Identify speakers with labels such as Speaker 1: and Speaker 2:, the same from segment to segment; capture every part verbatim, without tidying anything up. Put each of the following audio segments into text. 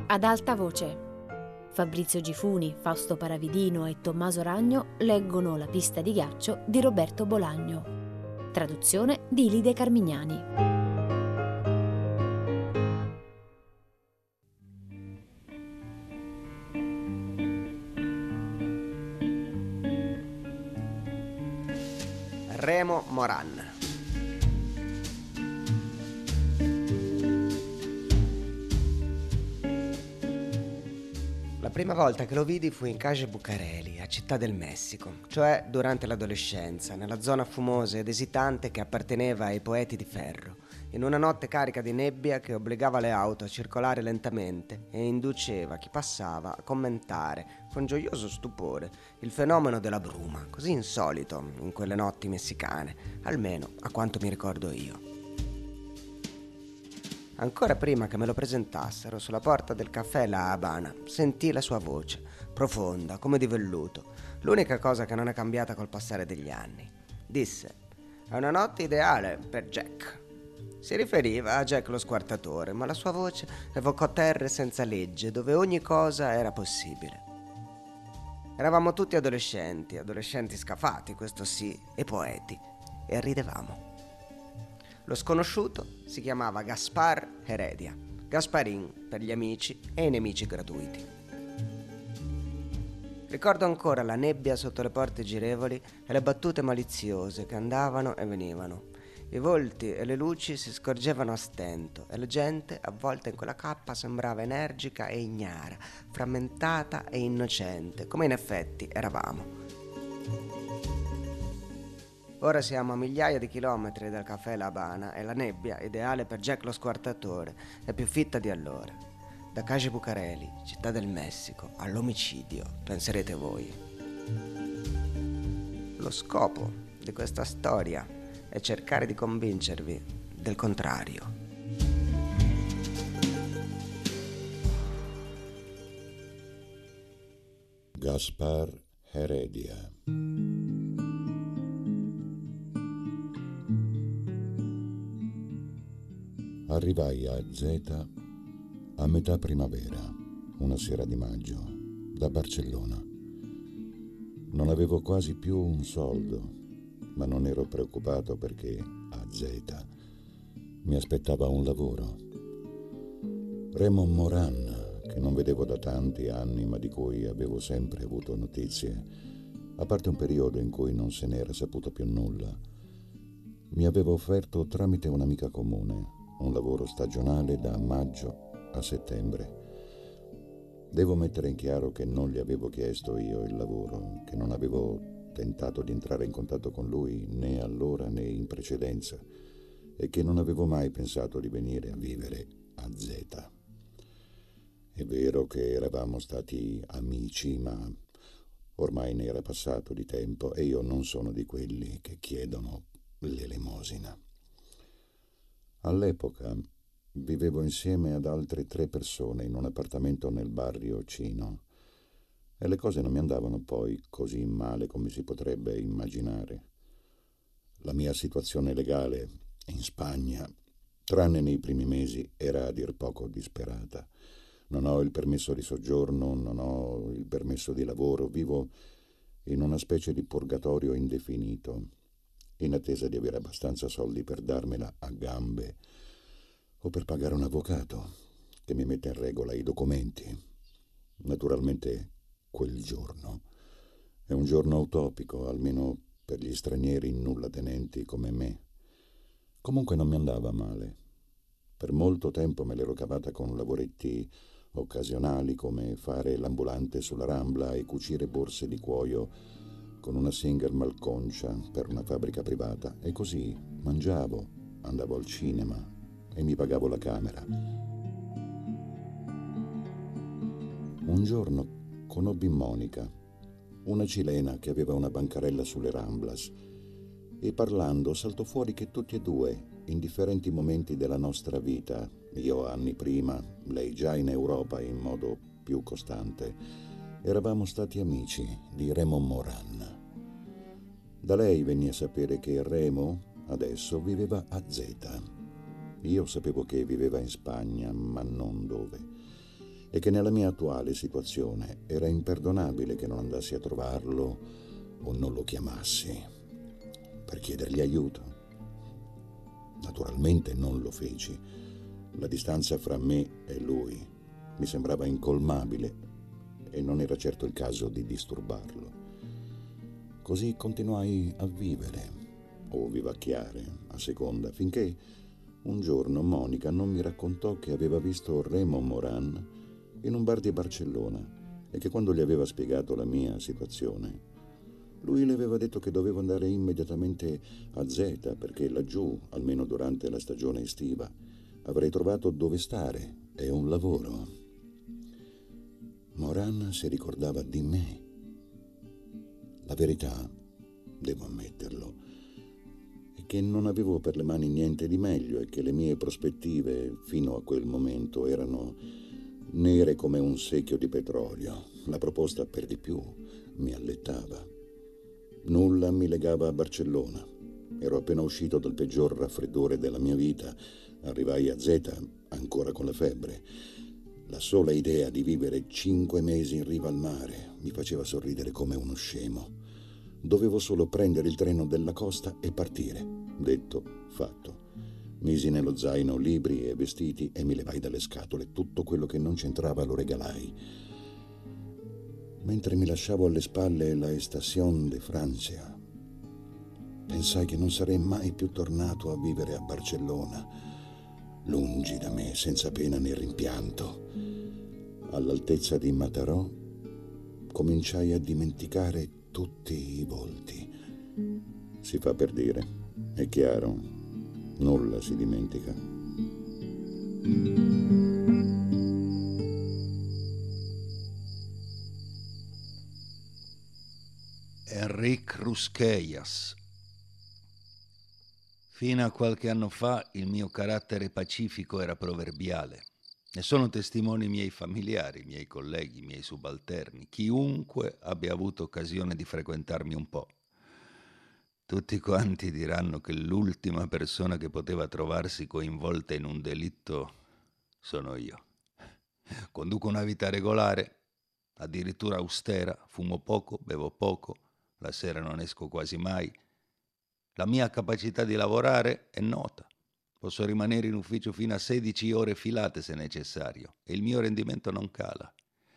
Speaker 1: Ad alta voce. Fabrizio Gifuni, Fausto Paravidino e Tommaso Ragno leggono La pista di ghiaccio di Roberto Bolagno. Traduzione di Ilide Carmignani.
Speaker 2: Remo Moran. La prima volta che lo vidi fu in Calle Bucareli, a Città del Messico, cioè durante l'adolescenza, nella zona fumosa ed esitante che apparteneva ai Poeti di Ferro, in una notte carica di nebbia che obbligava le auto a circolare lentamente e induceva chi passava a commentare con gioioso stupore il fenomeno della bruma, così insolito in quelle notti messicane, almeno a quanto mi ricordo io. Ancora prima che me lo presentassero, sulla porta del caffè La Habana, sentii la sua voce, profonda, come di velluto, l'unica cosa che non è cambiata col passare degli anni. Disse: «È una notte ideale per Jack». Si riferiva a Jack lo squartatore, ma la sua voce evocò terre senza legge, dove ogni cosa era possibile. Eravamo tutti adolescenti, adolescenti scafati, questo sì, e poeti, e ridevamo. Lo sconosciuto si chiamava Gaspar Heredia, Gasparin per gli amici e i nemici gratuiti. Ricordo ancora la nebbia sotto le porte girevoli e le battute maliziose che andavano e venivano. I volti e le luci si scorgevano a stento e la gente, avvolta in quella cappa, sembrava energica e ignara, frammentata e innocente, come in effetti eravamo. Ora siamo a migliaia di chilometri dal caffè La Habana e la nebbia, ideale per Jack lo squartatore, è più fitta di allora. Da Calle Bucareli, Città del Messico, all'omicidio, penserete voi. Lo scopo di questa storia è cercare di convincervi del contrario.
Speaker 3: Gaspar Heredia. Arrivai a Zeta a metà primavera, una sera di maggio, da Barcellona. Non avevo quasi più un soldo, ma non ero preoccupato perché a Zeta mi aspettava un lavoro. Remo Moran, che non vedevo da tanti anni, ma di cui avevo sempre avuto notizie, a parte un periodo in cui non se n'era saputo più nulla, mi aveva offerto tramite un'amica comune un lavoro stagionale da maggio a settembre. Devo mettere in chiaro che non gli avevo chiesto io il lavoro, che non avevo tentato di entrare in contatto con lui né allora né in precedenza e che non avevo mai pensato di venire a vivere a Zeta. È vero che eravamo stati amici, ma ormai ne era passato di tempo e io non sono di quelli che chiedono l'elemosina. All'epoca vivevo insieme ad altre tre persone in un appartamento nel barrio Cino e le cose non mi andavano poi così male come si potrebbe immaginare. La mia situazione legale in Spagna, tranne nei primi mesi, era a dir poco disperata. Non ho il permesso di soggiorno, non ho il permesso di lavoro, vivo in una specie di purgatorio indefinito, in attesa di avere abbastanza soldi per darmela a gambe o per pagare un avvocato che mi metta in regola i documenti. Naturalmente quel giorno è un giorno utopico, almeno per gli stranieri nulla tenenti come me. Comunque non mi andava male. Per molto tempo me l'ero cavata con lavoretti occasionali come fare l'ambulante sulla Rambla e cucire borse di cuoio con una Singer malconcia per una fabbrica privata, e così mangiavo, andavo al cinema e mi pagavo la camera. Un giorno conobbi Monica, una cilena che aveva una bancarella sulle Ramblas, e parlando saltò fuori che tutti e due, in differenti momenti della nostra vita, io anni prima, lei già in Europa in modo più costante, eravamo stati amici di Remo Moran. Da lei venni a sapere che Remo adesso viveva a Zeta. Io sapevo che viveva in Spagna, ma non dove. e che nella mia attuale situazione era imperdonabile che non andassi a trovarlo o non lo chiamassi per chiedergli aiuto. Naturalmente non lo feci. La distanza fra me e lui mi sembrava incolmabile e non era certo il caso di disturbarlo. Così continuai a vivere o vivacchiare, a seconda, finché un giorno Monica non mi raccontò che aveva visto Remo Moran in un bar di Barcellona e che quando gli aveva spiegato la mia situazione, lui le aveva detto che dovevo andare immediatamente a Zeta perché laggiù, almeno durante la stagione estiva, avrei trovato dove stare e un lavoro. Moran si ricordava di me. La verità, devo ammetterlo, è che non avevo per le mani niente di meglio e che le mie prospettive fino a quel momento erano nere come un secchio di petrolio. La proposta, per di più, mi allettava. Nulla mi legava a Barcellona. Ero appena uscito dal peggior raffreddore della mia vita. Arrivai a Zeta ancora con la febbre. La sola idea di vivere cinque mesi in riva al mare mi faceva sorridere come uno scemo. Dovevo solo prendere il treno della costa e partire. Detto, fatto. Misi nello zaino libri e vestiti e mi levai dalle scatole. Tutto quello che non c'entrava lo regalai. Mentre mi lasciavo alle spalle la Estación de Francia, pensai che non sarei mai più tornato a vivere a Barcellona, lungi da me, senza pena né rimpianto. All'altezza di Mataró cominciai a dimenticare tutti i volti. Si fa per dire, è chiaro, nulla si dimentica.
Speaker 4: Enric Rusquellas. Fino a qualche anno fa il mio carattere pacifico era proverbiale. Ne sono testimoni i miei familiari, i miei colleghi, i miei subalterni, chiunque abbia avuto occasione di frequentarmi un po'. Tutti quanti diranno che l'ultima persona che poteva trovarsi coinvolta in un delitto sono io. Conduco una vita regolare, addirittura austera, fumo poco, bevo poco, la sera non esco quasi mai. La mia capacità di lavorare è nota. Posso rimanere in ufficio fino a sedici ore filate se necessario e il mio rendimento non cala.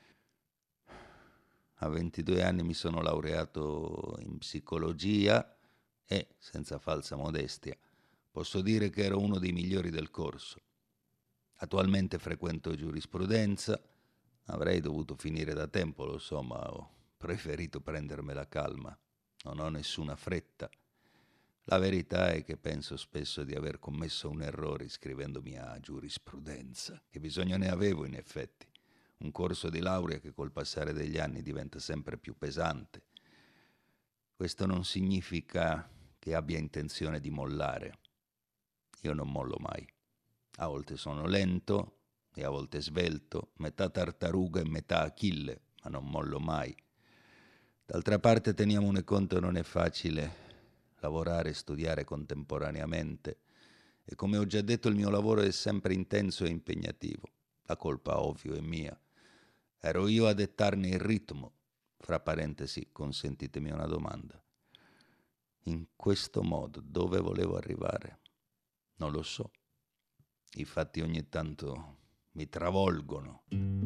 Speaker 4: A ventidue anni mi sono laureato in psicologia e, senza falsa modestia, posso dire che ero uno dei migliori del corso. Attualmente frequento giurisprudenza. Avrei dovuto finire da tempo, lo so, ma ho preferito prendermela calma. Non ho nessuna fretta. La verità è che penso spesso di aver commesso un errore iscrivendomi a giurisprudenza. Che bisogno ne avevo, in effetti? Un corso di laurea che col passare degli anni diventa sempre più pesante. Questo non significa che abbia intenzione di mollare. Io non mollo mai. A volte sono lento e a volte svelto, metà tartaruga e metà Achille, ma non mollo mai. D'altra parte, teniamone conto, non è facile lavorare e studiare contemporaneamente e, come ho già detto, il mio lavoro è sempre intenso e impegnativo. La colpa, ovvio, è mia. Ero io a dettarne il ritmo. Fra parentesi, consentitemi una domanda. In questo modo dove volevo arrivare? Non lo so. I fatti ogni tanto mi travolgono.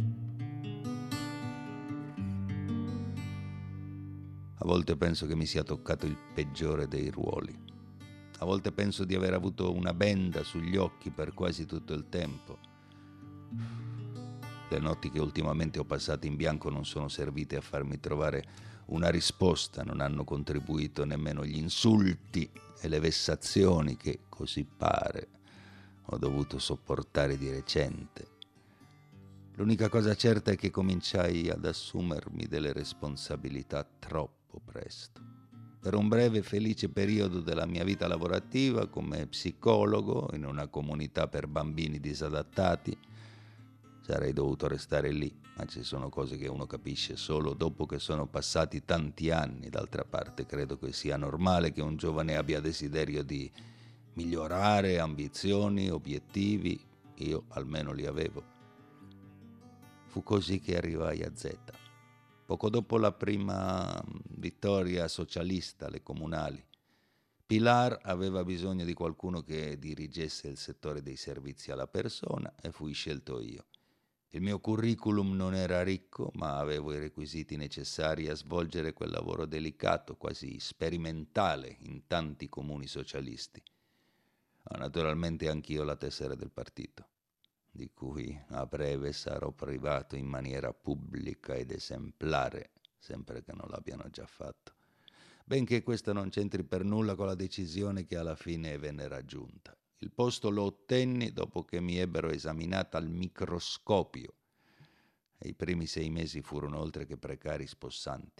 Speaker 4: A volte penso che mi sia toccato il peggiore dei ruoli. A volte penso di aver avuto una benda sugli occhi per quasi tutto il tempo. Le notti che ultimamente ho passato in bianco non sono servite a farmi trovare una risposta, non hanno contribuito nemmeno gli insulti e le vessazioni che, così pare, ho dovuto sopportare di recente. L'unica cosa certa è che cominciai ad assumermi delle responsabilità troppo presto. Per un breve e felice periodo della mia vita lavorativa come psicologo in una comunità per bambini disadattati, sarei dovuto restare lì, ma ci sono cose che uno capisce solo dopo che sono passati tanti anni. D'altra parte, credo che sia normale che un giovane abbia desiderio di migliorare, ambizioni, obiettivi. Io almeno li avevo. Fu così che arrivai a Zeta. Poco dopo la prima vittoria socialista alle comunali, Pilar aveva bisogno di qualcuno che dirigesse il settore dei servizi alla persona e fui scelto io. Il mio curriculum non era ricco, ma avevo i requisiti necessari a svolgere quel lavoro delicato, quasi sperimentale in tanti comuni socialisti. Ho naturalmente anch'io la tessera del partito, di cui a breve sarò privato in maniera pubblica ed esemplare, sempre che non l'abbiano già fatto. Benché questo non c'entri per nulla con la decisione che alla fine venne raggiunta. Il posto lo ottenni dopo che mi ebbero esaminata al microscopio e i primi sei mesi furono oltre che precari spossanti.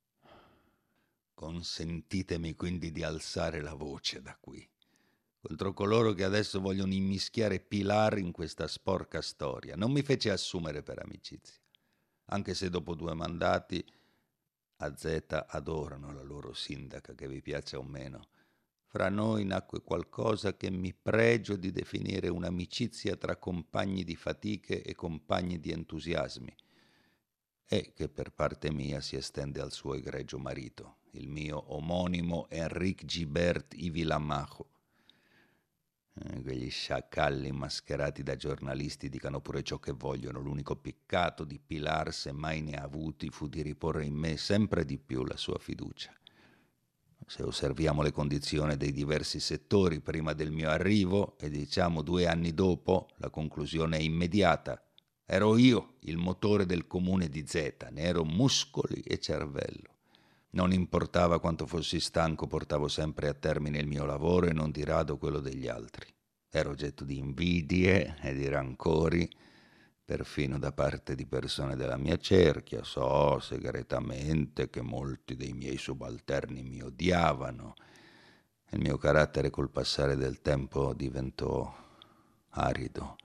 Speaker 4: Consentitemi quindi di alzare la voce da qui contro coloro che adesso vogliono immischiare Pilar in questa sporca storia. Non mi fece assumere per amicizia, anche se dopo due mandati a Zeta adorano la loro sindaca, che vi piaccia o meno. Fra noi nacque qualcosa che mi pregio di definire un'amicizia tra compagni di fatiche e compagni di entusiasmi, e che per parte mia si estende al suo egregio marito, il mio omonimo Enrique Gibert y Villamajo. Eh, quegli sciacalli mascherati da giornalisti dicano pure ciò che vogliono. L'unico peccato di Pilar, se mai ne ha avuti, fu di riporre in me sempre di più la sua fiducia. Se osserviamo le condizioni dei diversi settori prima del mio arrivo e diciamo due anni dopo, la conclusione è immediata. Ero io il motore del comune di Zeta, ne ero muscoli e cervello. Non importava quanto fossi stanco, portavo sempre a termine il mio lavoro e non di rado quello degli altri. Ero oggetto di invidie e di rancori, perfino da parte di persone della mia cerchia. So segretamente che molti dei miei subalterni mi odiavano. Il mio carattere col passare del tempo diventò arido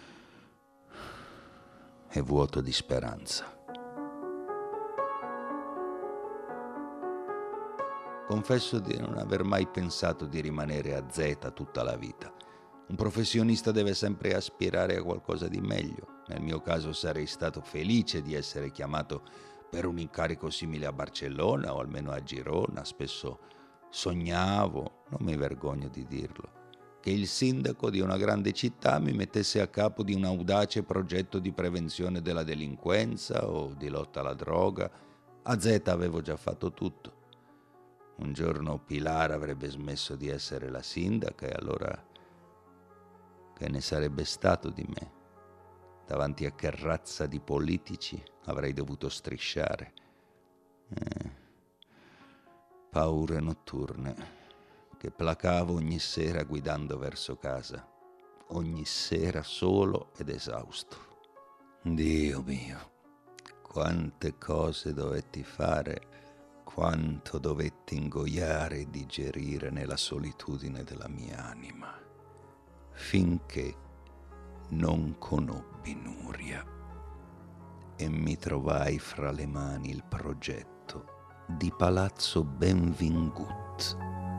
Speaker 4: e vuoto di speranza. Confesso di non aver mai pensato di rimanere a Zeta tutta la vita. Un professionista deve sempre aspirare a qualcosa di meglio. Nel mio caso sarei stato felice di essere chiamato per un incarico simile a Barcellona o almeno a Girona. Spesso sognavo, non mi vergogno di dirlo, che il sindaco di una grande città mi mettesse a capo di un audace progetto di prevenzione della delinquenza o di lotta alla droga. A Zeta avevo già fatto tutto. Un giorno Pilar avrebbe smesso di essere la sindaca e allora che ne sarebbe stato di me? Davanti a che razza di politici avrei dovuto strisciare? Eh, paure notturne che placavo ogni sera guidando verso casa, ogni sera solo ed esausto. Dio mio, quante cose dovetti fare, quanto dovetti ingoiare e digerire nella solitudine della mia anima, finché non conobbi Nuria e mi trovai fra le mani il progetto di Palazzo Benvingut.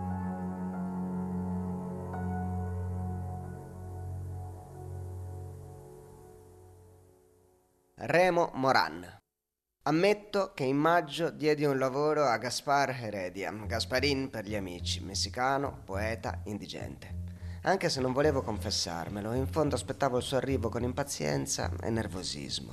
Speaker 2: Remo Moran. Ammetto che in maggio diedi un lavoro a Gaspar Heredia, Gasparin per gli amici, messicano, poeta, indigente. Anche se non volevo confessarmelo, in fondo aspettavo il suo arrivo con impazienza e nervosismo.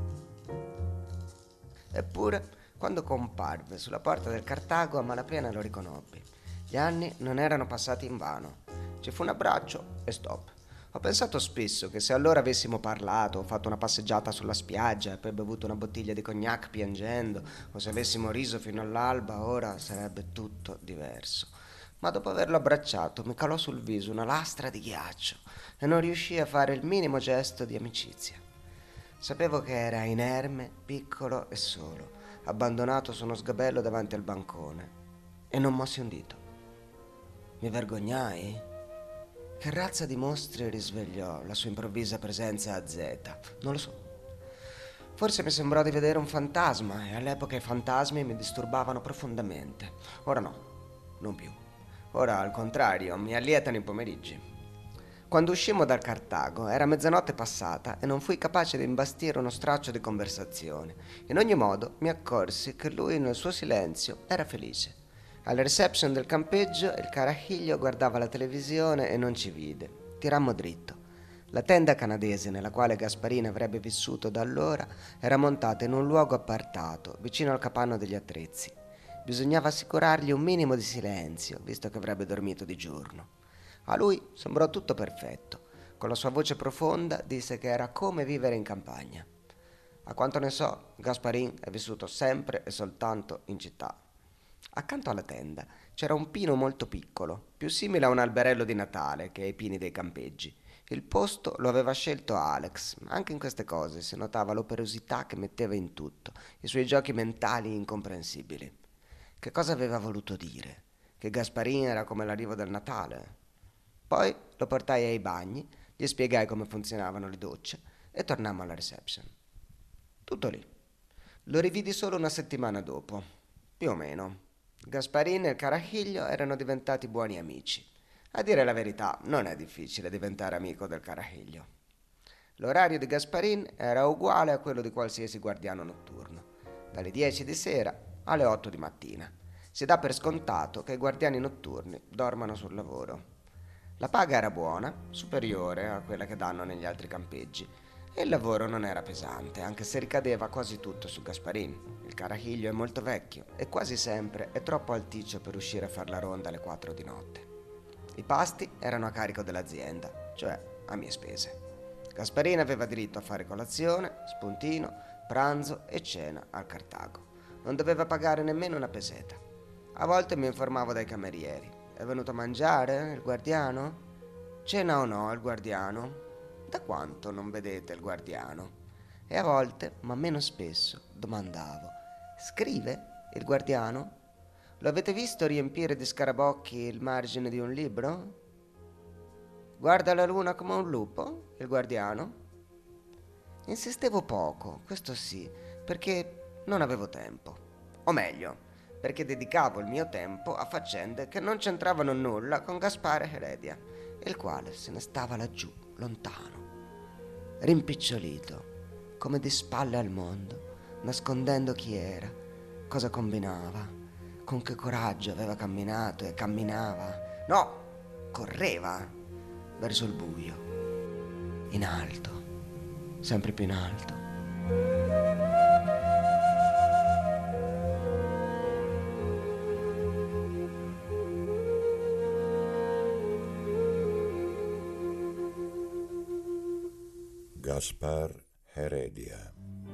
Speaker 2: Eppure, quando comparve sulla porta del Cartago, a malapena lo riconobbi. Gli anni non erano passati invano. Ci fu un abbraccio e stop. Ho pensato spesso che se allora avessimo parlato, o fatto una passeggiata sulla spiaggia e poi bevuto una bottiglia di cognac piangendo, o se avessimo riso fino all'alba, ora sarebbe tutto diverso. Ma dopo averlo abbracciato mi calò sul viso una lastra di ghiaccio e non riuscii a fare il minimo gesto di amicizia. Sapevo che era inerme, piccolo e solo, abbandonato su uno sgabello davanti al bancone, e non mossi un dito. Mi vergognai? Che razza di mostri risvegliò la sua improvvisa presenza a Zeta? Non lo so. Forse mi sembrò di vedere un fantasma e all'epoca i fantasmi mi disturbavano profondamente. Ora no, non più. Ora al contrario, mi allietano i pomeriggi. Quando uscimmo dal Cartago era mezzanotte passata e non fui capace di imbastire uno straccio di conversazione. In ogni modo mi accorsi che lui nel suo silenzio era felice. Alla reception del campeggio il carachiglio guardava la televisione e non ci vide. Tirammo dritto. La tenda canadese nella quale Gasparini avrebbe vissuto da allora era montata in un luogo appartato, vicino al capanno degli attrezzi. Bisognava assicurargli un minimo di silenzio, visto che avrebbe dormito di giorno. A lui sembrò tutto perfetto. Con la sua voce profonda disse che era come vivere in campagna. A quanto ne so, Gasparin è vissuto sempre e soltanto in città. Accanto alla tenda c'era un pino molto piccolo, più simile a un alberello di Natale che ai pini dei campeggi. Il posto lo aveva scelto Alex, ma anche in queste cose si notava l'operosità che metteva in tutto, i suoi giochi mentali incomprensibili. Che cosa aveva voluto dire? Che Gasparin era come l'arrivo del Natale? Poi lo portai ai bagni, gli spiegai come funzionavano le docce e tornammo alla reception. Tutto lì. Lo rividi solo una settimana dopo, più o meno. Gasparin e il carachiglio erano diventati buoni amici. A dire la verità, non è difficile diventare amico del carachiglio. L'orario di Gasparin era uguale a quello di qualsiasi guardiano notturno, dalle dieci di sera alle otto di mattina. Si dà per scontato che i guardiani notturni dormano sul lavoro. La paga era buona, superiore a quella che danno negli altri campeggi, e il lavoro non era pesante, anche se ricadeva quasi tutto su Gasparin. Il carachiglio è molto vecchio e quasi sempre è troppo alticcio per uscire a far la ronda alle quattro di notte. I pasti erano a carico dell'azienda, cioè a mie spese. Gasparin aveva diritto a fare colazione, spuntino, pranzo e cena al Cartago. Non doveva pagare nemmeno una peseta. A volte mi informavo dai camerieri. È venuto a mangiare il guardiano? Cena o no il guardiano? Da quanto non vedete il guardiano? E a volte, ma meno spesso, domandavo: scrive il guardiano? Lo avete visto riempire di scarabocchi il margine di un libro? Guarda la luna come un lupo, il guardiano? Insistevo poco, questo sì, perché non avevo tempo. O meglio, perché dedicavo il mio tempo a faccende che non c'entravano nulla con Gaspare Heredia, il quale se ne stava laggiù, lontano, rimpicciolito, come di spalle al mondo, nascondendo chi era, cosa combinava, con che coraggio aveva camminato e camminava, no, correva verso il buio, in alto, sempre più in alto.
Speaker 3: Gaspar Heredia.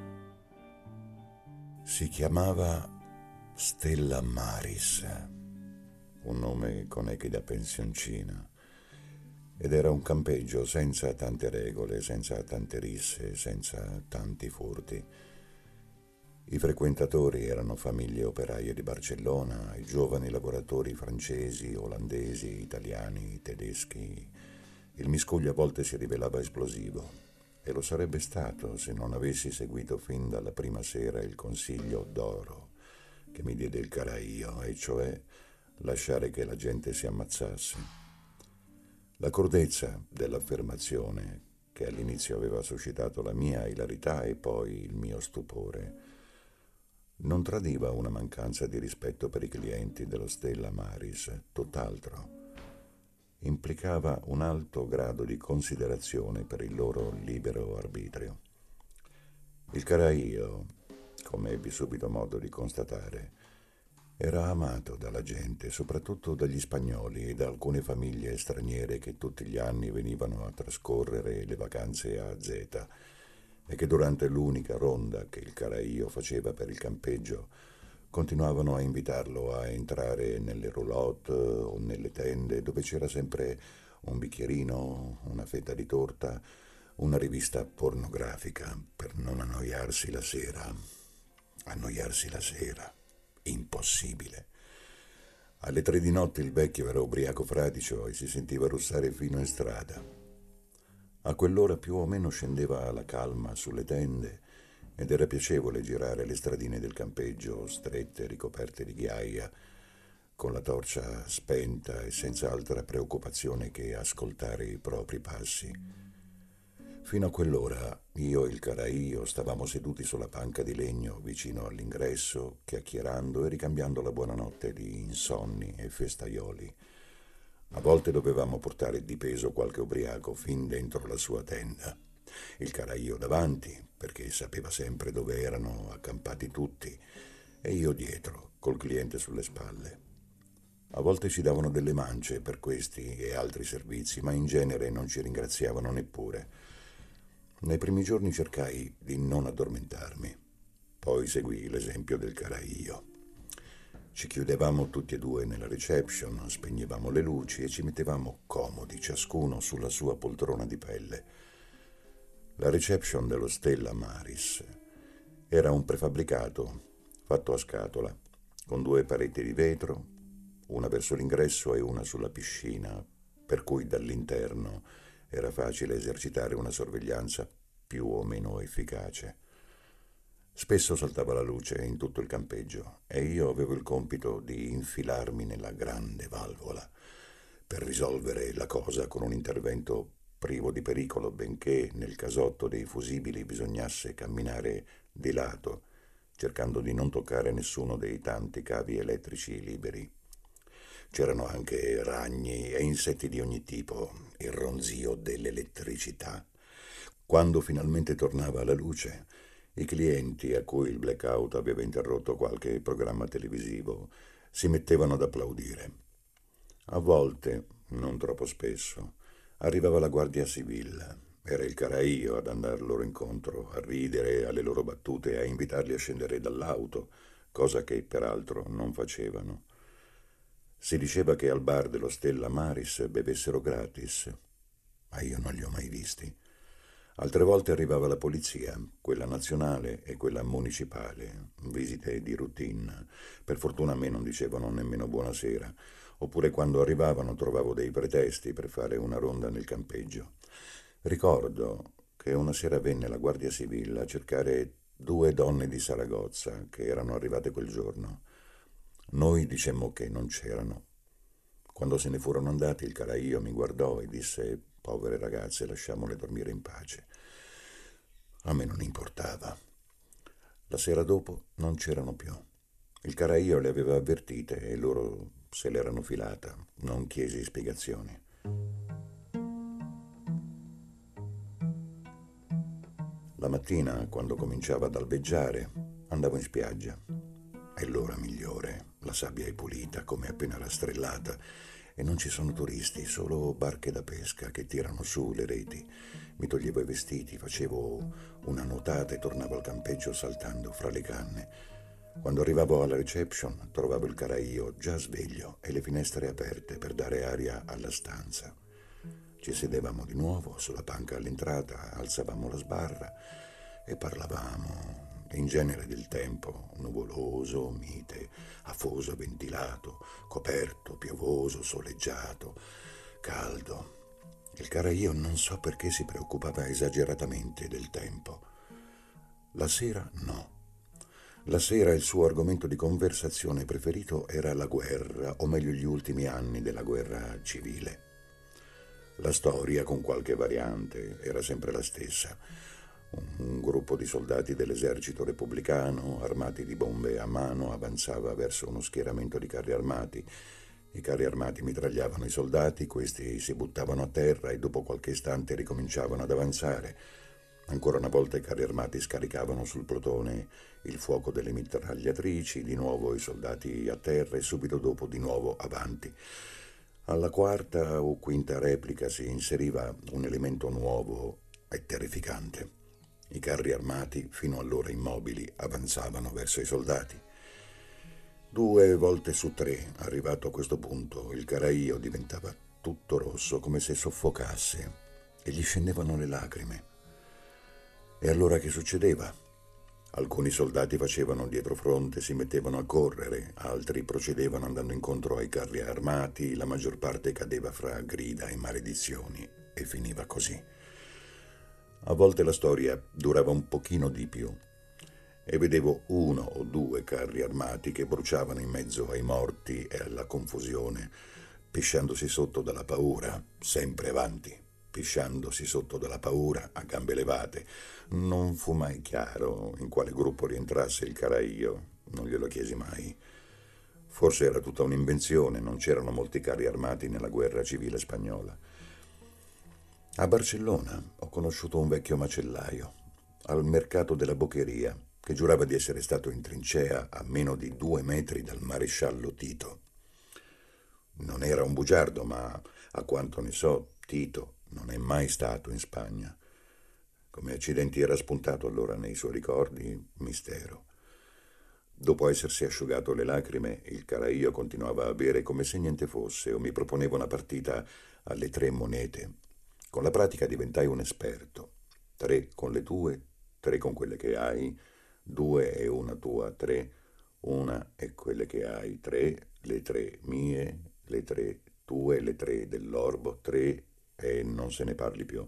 Speaker 3: Si chiamava Stella Maris, un nome con echi da pensioncina, ed era un campeggio senza tante regole, senza tante risse, senza tanti furti. I frequentatori erano famiglie operaie di Barcellona, i giovani lavoratori francesi, olandesi, italiani, tedeschi. Il miscuglio a volte si rivelava esplosivo. E lo sarebbe stato se non avessi seguito fin dalla prima sera il consiglio d'oro che mi diede il caraio, e cioè lasciare che la gente si ammazzasse. La crudezza dell'affermazione, che all'inizio aveva suscitato la mia ilarità e poi il mio stupore, non tradiva una mancanza di rispetto per i clienti dello Stella Maris, tutt'altro. Implicava un alto grado di considerazione per il loro libero arbitrio. Il caraio, come ebbi subito modo di constatare, era amato dalla gente, soprattutto dagli spagnoli e da alcune famiglie straniere che tutti gli anni venivano a trascorrere le vacanze a Zeta e che durante l'unica ronda che il caraio faceva per il campeggio continuavano a invitarlo a entrare nelle roulotte o nelle tende dove c'era sempre un bicchierino, una fetta di torta, una rivista pornografica per non annoiarsi la sera. Annoiarsi la sera. Impossibile. Alle tre di notte il vecchio era ubriaco fradicio e si sentiva russare fino in strada. A quell'ora più o meno scendeva la calma sulle tende ed era piacevole girare le stradine del campeggio, strette, ricoperte di ghiaia, con la torcia spenta e senza altra preoccupazione che ascoltare i propri passi. Fino a quell'ora io e il Caraio stavamo seduti sulla panca di legno vicino all'ingresso, chiacchierando e ricambiando la buonanotte di insonni e festaioli. A volte dovevamo portare di peso qualche ubriaco fin dentro la sua tenda. Il Caraio davanti, perché sapeva sempre dove erano accampati tutti, e io dietro, col cliente sulle spalle. A volte ci davano delle mance per questi e altri servizi, ma in genere non ci ringraziavano neppure. Nei primi giorni cercai di non addormentarmi, poi seguii l'esempio del Caraio. Ci chiudevamo tutti e due nella reception, spegnevamo le luci e ci mettevamo comodi, ciascuno sulla sua poltrona di pelle. La reception dello Stella Maris era un prefabbricato fatto a scatola, con due pareti di vetro, una verso l'ingresso e una sulla piscina, per cui dall'interno era facile esercitare una sorveglianza più o meno efficace. Spesso saltava la luce in tutto il campeggio e io avevo il compito di infilarmi nella grande valvola per risolvere la cosa con un intervento privo di pericolo, benché nel casotto dei fusibili bisognasse camminare di lato, cercando di non toccare nessuno dei tanti cavi elettrici liberi. C'erano anche ragni e insetti di ogni tipo, il ronzio dell'elettricità. Quando finalmente tornava la luce, i clienti a cui il blackout aveva interrotto qualche programma televisivo si mettevano ad applaudire. A volte, non troppo spesso, arrivava la Guardia Civile. Era il Caraio ad andar loro incontro, a ridere alle loro battute e a invitarli a scendere dall'auto, cosa che peraltro non facevano. Si diceva che al bar dello Stella Maris bevessero gratis, ma io non li ho mai visti. Altre volte arrivava la polizia, quella nazionale e quella municipale, visite di routine. Per fortuna a me non dicevano nemmeno buonasera, oppure quando arrivavano trovavo dei pretesti per fare una ronda nel campeggio. Ricordo che una sera venne la Guardia Civile a cercare due donne di Saragozza che erano arrivate quel giorno. Noi dicemmo che non c'erano. Quando se ne furono andati, il Caraio mi guardò e disse: «Povere ragazze, lasciamole dormire in pace». A me non importava. La sera dopo non c'erano più. Il Caraio le aveva avvertite e loro se l'erano filata. Non chiesi spiegazioni. La mattina, quando cominciava ad albeggiare, andavo in spiaggia. È l'ora migliore. La sabbia è pulita come appena rastrellata e non ci sono turisti, solo barche da pesca che tirano su le reti. Mi toglievo i vestiti, facevo una nuotata e tornavo al campeggio saltando fra le canne. Quando arrivavo alla reception trovavo il Caraio già sveglio e le finestre aperte per dare aria alla stanza. Ci sedevamo di nuovo sulla panca all'entrata, alzavamo la sbarra e parlavamo. In genere del tempo, nuvoloso, mite, afoso, ventilato, coperto, piovoso, soleggiato, caldo. Il Caraio non so perché si preoccupava esageratamente del tempo. La sera no. La sera il suo argomento di conversazione preferito era la guerra, o meglio gli ultimi anni della guerra civile. La storia, con qualche variante, era sempre la stessa. Un gruppo di soldati dell'esercito repubblicano, armati di bombe a mano, avanzava verso uno schieramento di carri armati. I carri armati mitragliavano i soldati, questi si buttavano a terra e dopo qualche istante ricominciavano ad avanzare. Ancora una volta i carri armati scaricavano sul plotone il fuoco delle mitragliatrici, di nuovo i soldati a terra e subito dopo di nuovo avanti. Alla quarta o quinta replica si inseriva un elemento nuovo e terrificante. I carri armati, fino allora immobili, avanzavano verso i soldati. Due volte su tre, arrivato a questo punto, il Caraio diventava tutto rosso, come se soffocasse, e gli scendevano le lacrime. E allora che succedeva? Alcuni soldati facevano dietrofront, si mettevano a correre, altri procedevano andando incontro ai carri armati, la maggior parte cadeva fra grida e maledizioni, e finiva così. A volte la storia durava un pochino di più e vedevo uno o due carri armati che bruciavano in mezzo ai morti e alla confusione, pisciandosi sotto dalla paura, sempre avanti, pisciandosi sotto dalla paura a gambe levate. Non fu mai chiaro in quale gruppo rientrasse il Caraio, non glielo chiesi mai. Forse era tutta un'invenzione, non c'erano molti carri armati nella guerra civile spagnola. A Barcellona ho conosciuto un vecchio macellaio, al mercato della Boqueria, che giurava di essere stato in trincea a meno di due metri dal maresciallo Tito. Non era un bugiardo, ma a quanto ne so, Tito non è mai stato in Spagna. Come accidenti era spuntato allora nei suoi ricordi, mistero. Dopo essersi asciugato le lacrime, il Caraio continuava a bere come se niente fosse o mi proponeva una partita alle tre monete. Con la pratica diventai un esperto. Tre con le tue, tre con quelle che hai, due e una tua, tre, una e quelle che hai, tre, le tre mie, le tre tue, le tre dell'orbo, tre e non se ne parli più.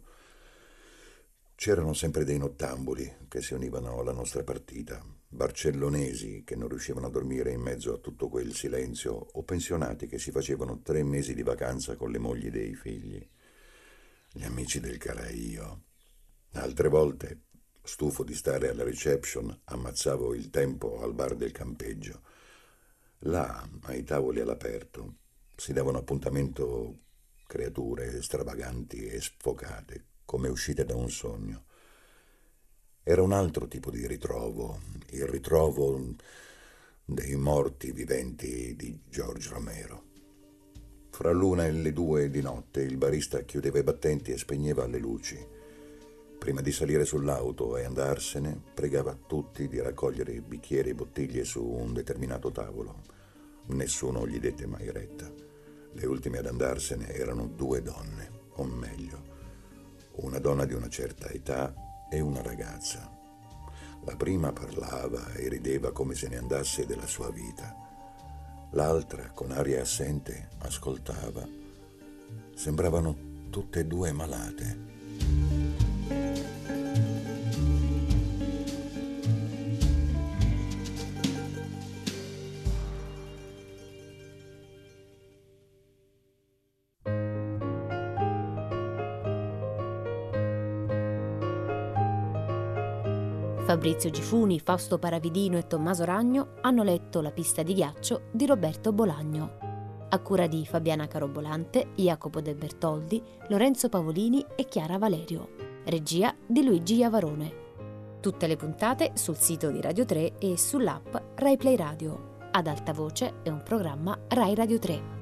Speaker 3: C'erano sempre dei nottambuli che si univano alla nostra partita, barcellonesi che non riuscivano a dormire in mezzo a tutto quel silenzio o pensionati che si facevano tre mesi di vacanza con le mogli dei figli. Gli amici del Caraio. Altre volte, stufo di stare alla reception, ammazzavo il tempo al bar del campeggio. Là, ai tavoli all'aperto, si davano appuntamento creature stravaganti e sfocate, come uscite da un sogno. Era un altro tipo di ritrovo, il ritrovo dei morti viventi di George Romero. Fra l'una e le due di notte il barista chiudeva i battenti e spegneva le luci. Prima di salire sull'auto e andarsene, pregava tutti di raccogliere bicchieri e bottiglie su un determinato tavolo. Nessuno gli dette mai retta. Le ultime ad andarsene erano due donne, o meglio, una donna di una certa età e una ragazza. La prima parlava e rideva come se ne andasse della sua vita. L'altra, con aria assente, ascoltava. Sembravano tutte e due malate.
Speaker 1: Fabrizio Gifuni, Fausto Paravidino e Tommaso Ragno hanno letto La pista di ghiaccio di Roberto Bolaño, a cura di Fabiana Carobolante, Jacopo De Bertoldi, Lorenzo Pavolini e Chiara Valerio. Regia di Luigi Iavarone. Tutte le puntate sul sito di Radio tre e sull'app Rai Play Radio. Ad alta voce è un programma Rai Radio tre.